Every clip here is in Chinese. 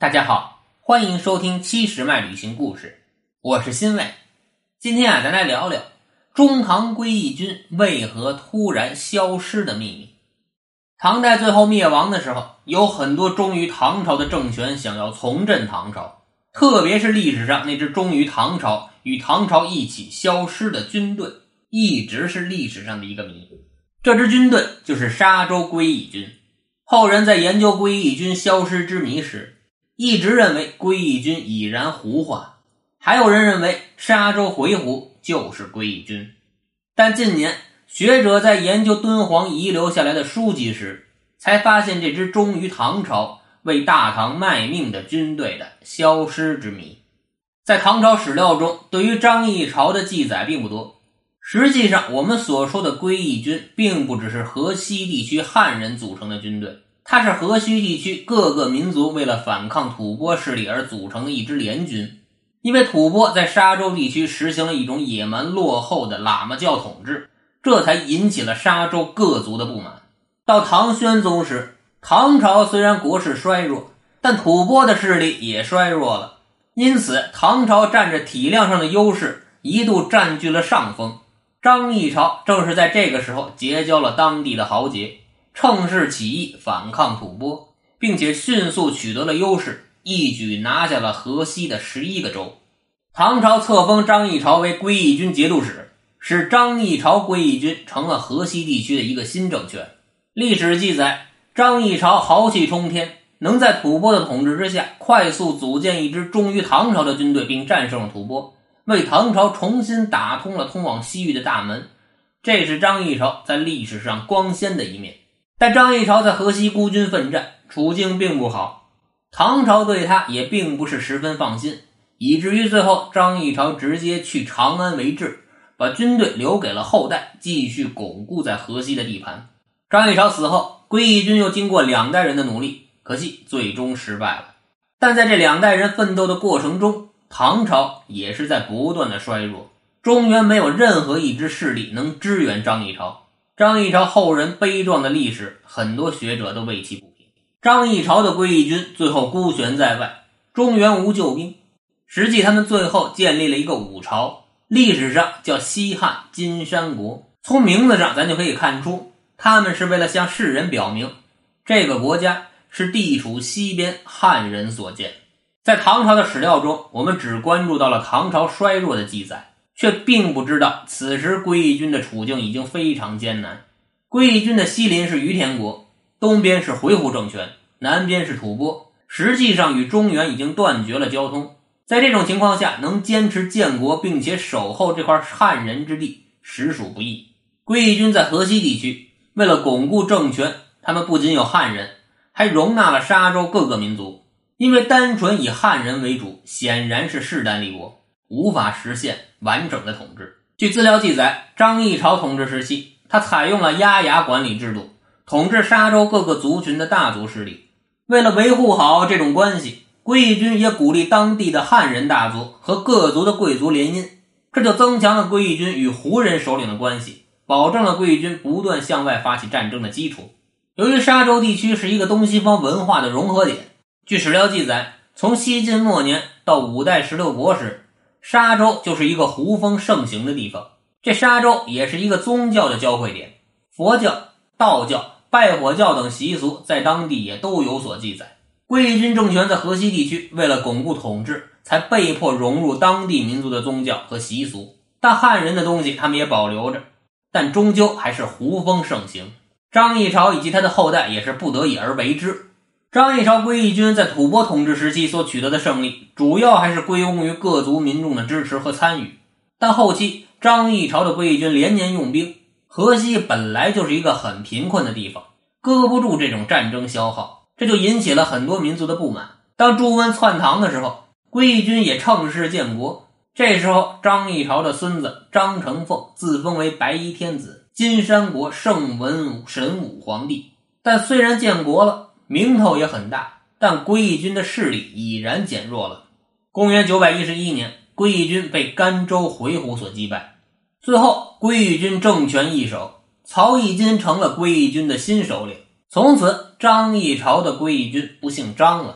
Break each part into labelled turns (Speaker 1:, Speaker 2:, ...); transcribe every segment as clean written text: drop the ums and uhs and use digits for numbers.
Speaker 1: 大家好，欢迎收听七十迈旅行故事，我是欣慰。今天咱来聊聊中唐归义军为何突然消失的秘密。唐代最后灭亡的时候，有很多忠于唐朝的政权想要重振唐朝，特别是历史上那支忠于唐朝与唐朝一起消失的军队，一直是历史上的一个谜。这支军队就是沙州归义军。后人在研究归义军消失之谜时，一直认为归义军已然胡化，还有人认为沙州回鹘就是归义军。但近年学者在研究敦煌遗留下来的书籍时，才发现这支忠于唐朝为大唐卖命的军队的消失之谜。在唐朝史料中，对于张议潮的记载并不多。实际上我们所说的归义军并不只是河西地区汉人组成的军队，它是河西地区各个民族为了反抗吐蕃势力而组成的一支联军。因为吐蕃在沙州地区实行了一种野蛮落后的喇嘛教统治，这才引起了沙州各族的不满。到唐宣宗时，唐朝虽然国势衰弱，但吐蕃的势力也衰弱了，因此唐朝占着体量上的优势，一度占据了上风。张议潮正是在这个时候结交了当地的豪杰，乘势起义反抗吐蕃，并且迅速取得了优势，一举拿下了河西的11个州。唐朝册封张议潮为归义军节度使，使张议潮归义军成了河西地区的一个新政权。历史记载，张议潮豪气冲天，能在吐蕃的统治之下快速组建一支忠于唐朝的军队，并战胜了吐蕃，为唐朝重新打通了通往西域的大门。这是张议潮在历史上光鲜的一面。但张议潮在河西孤军奋战，处境并不好，唐朝对他也并不是十分放心，以至于最后张议潮直接去长安为质，把军队留给了后代，继续巩固在河西的地盘。张议潮死后，归义军又经过2代人的努力，可惜最终失败了。但在这2代人奋斗的过程中，唐朝也是在不断的衰弱，中原没有任何一支势力能支援张议潮。张议潮后人悲壮的历史，很多学者都为其不平。张议潮的归义军最后孤悬在外，中原无救兵。实际他们最后建立了一个武朝，历史上叫西汉金山国。从名字上咱就可以看出，他们是为了向世人表明，这个国家是地处西边汉人所建。在唐朝的史料中，我们只关注到了唐朝衰弱的记载，却并不知道此时归义军的处境已经非常艰难。归义军的西邻是于田国，东边是回鹘政权，南边是吐蕃，实际上与中原已经断绝了交通。在这种情况下，能坚持建国并且守候这块汉人之地，实属不易。归义军在河西地区，为了巩固政权，他们不仅有汉人，还容纳了沙州各个民族。因为单纯以汉人为主，显然是势单力薄，无法实现完整的统治。据资料记载，张议潮统治时期，他采用了押牙管理制度，统治沙州各个族群的大族势力。为了维护好这种关系，归义军也鼓励当地的汉人大族和各族的贵族联姻，这就增强了归义军与胡人首领的关系，保证了归义军不断向外发起战争的基础。由于沙州地区是一个东西方文化的融合点，据史料记载，从西晋末年到5代16国时，沙州就是一个胡风盛行的地方。这沙州也是一个宗教的交汇点，佛教、道教、拜火教等习俗在当地也都有所记载。归义军政权在河西地区为了巩固统治，才被迫融入当地民族的宗教和习俗，但汉人的东西他们也保留着，但终究还是胡风盛行。张议潮以及他的后代也是不得已而为之。张议潮归义军在吐蕃统治时期所取得的胜利，主要还是归功于各族民众的支持和参与。但后期张议潮的归义军连年用兵，河西本来就是一个很贫困的地方，搁不住这种战争消耗，这就引起了很多民族的不满。当朱温篡唐的时候，归义军也乘势建国。这时候张议潮的孙子张承凤自封为白衣天子，金山国圣文神武皇帝。但虽然建国了，名头也很大，但归义军的势力已然减弱了。公元911年，归义军被甘州回鹘所击败，最后归义军政权易手，曹义金成了归义军的新首领。从此张议潮的归义军不姓张了，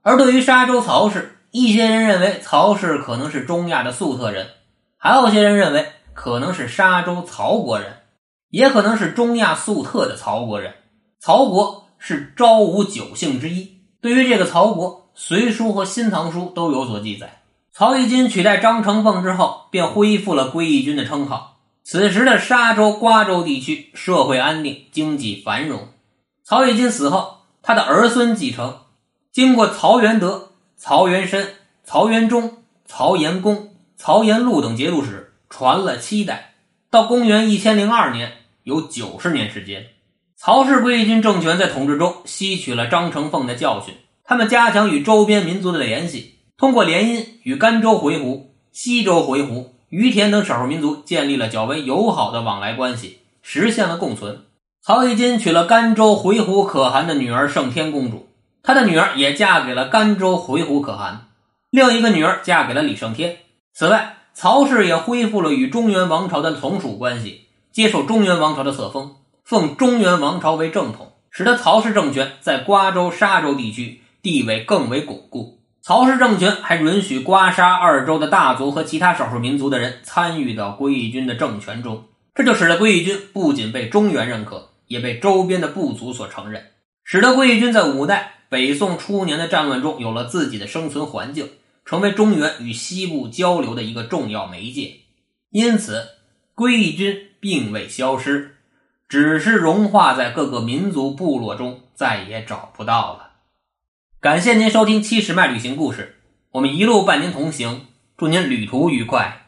Speaker 1: 而对于沙州曹氏，一些人认为曹氏可能是中亚的粟特人，还有些人认为可能是沙州曹国人，也可能是中亚粟特的曹国人。曹国是昭武9姓之一，对于这个曹国，《隋书》和《新唐书》都有所记载。曹义金取代张承凤之后，便恢复了归义军的称号。此时的沙州、瓜州地区社会安定，经济繁荣。曹义金死后，他的儿孙继承，经过曹元德、曹元申、曹元忠、曹延公、曹延禄等节度使，传了7代，到公元1002年，有90年时间。曹氏归义军政权在统治中吸取了张承凤的教训，他们加强与周边民族的联系，通过联姻与甘州回鹘、西州回鹘、于田等少数民族建立了较为友好的往来关系，实现了共存。曹义金娶了甘州回鹘可汗的女儿圣天公主，他的女儿也嫁给了甘州回鹘可汗，另一个女儿嫁给了李胜天。此外，曹氏也恢复了与中原王朝的从属关系，接受中原王朝的册封，奉中原王朝为正统，使得曹氏政权在瓜州、沙州地区地位更为巩固。曹氏政权还允许瓜沙2州的大族和其他少数民族的人参与到归义军的政权中，这就使得归义军不仅被中原认可，也被周边的部族所承认，使得归义军在5代北宋初年的战乱中有了自己的生存环境，成为中原与西部交流的一个重要媒介。因此，归义军并未消失，只是融化在各个民族部落中，再也找不到了。感谢您收听七十迈旅行故事，我们一路伴您同行，祝您旅途愉快。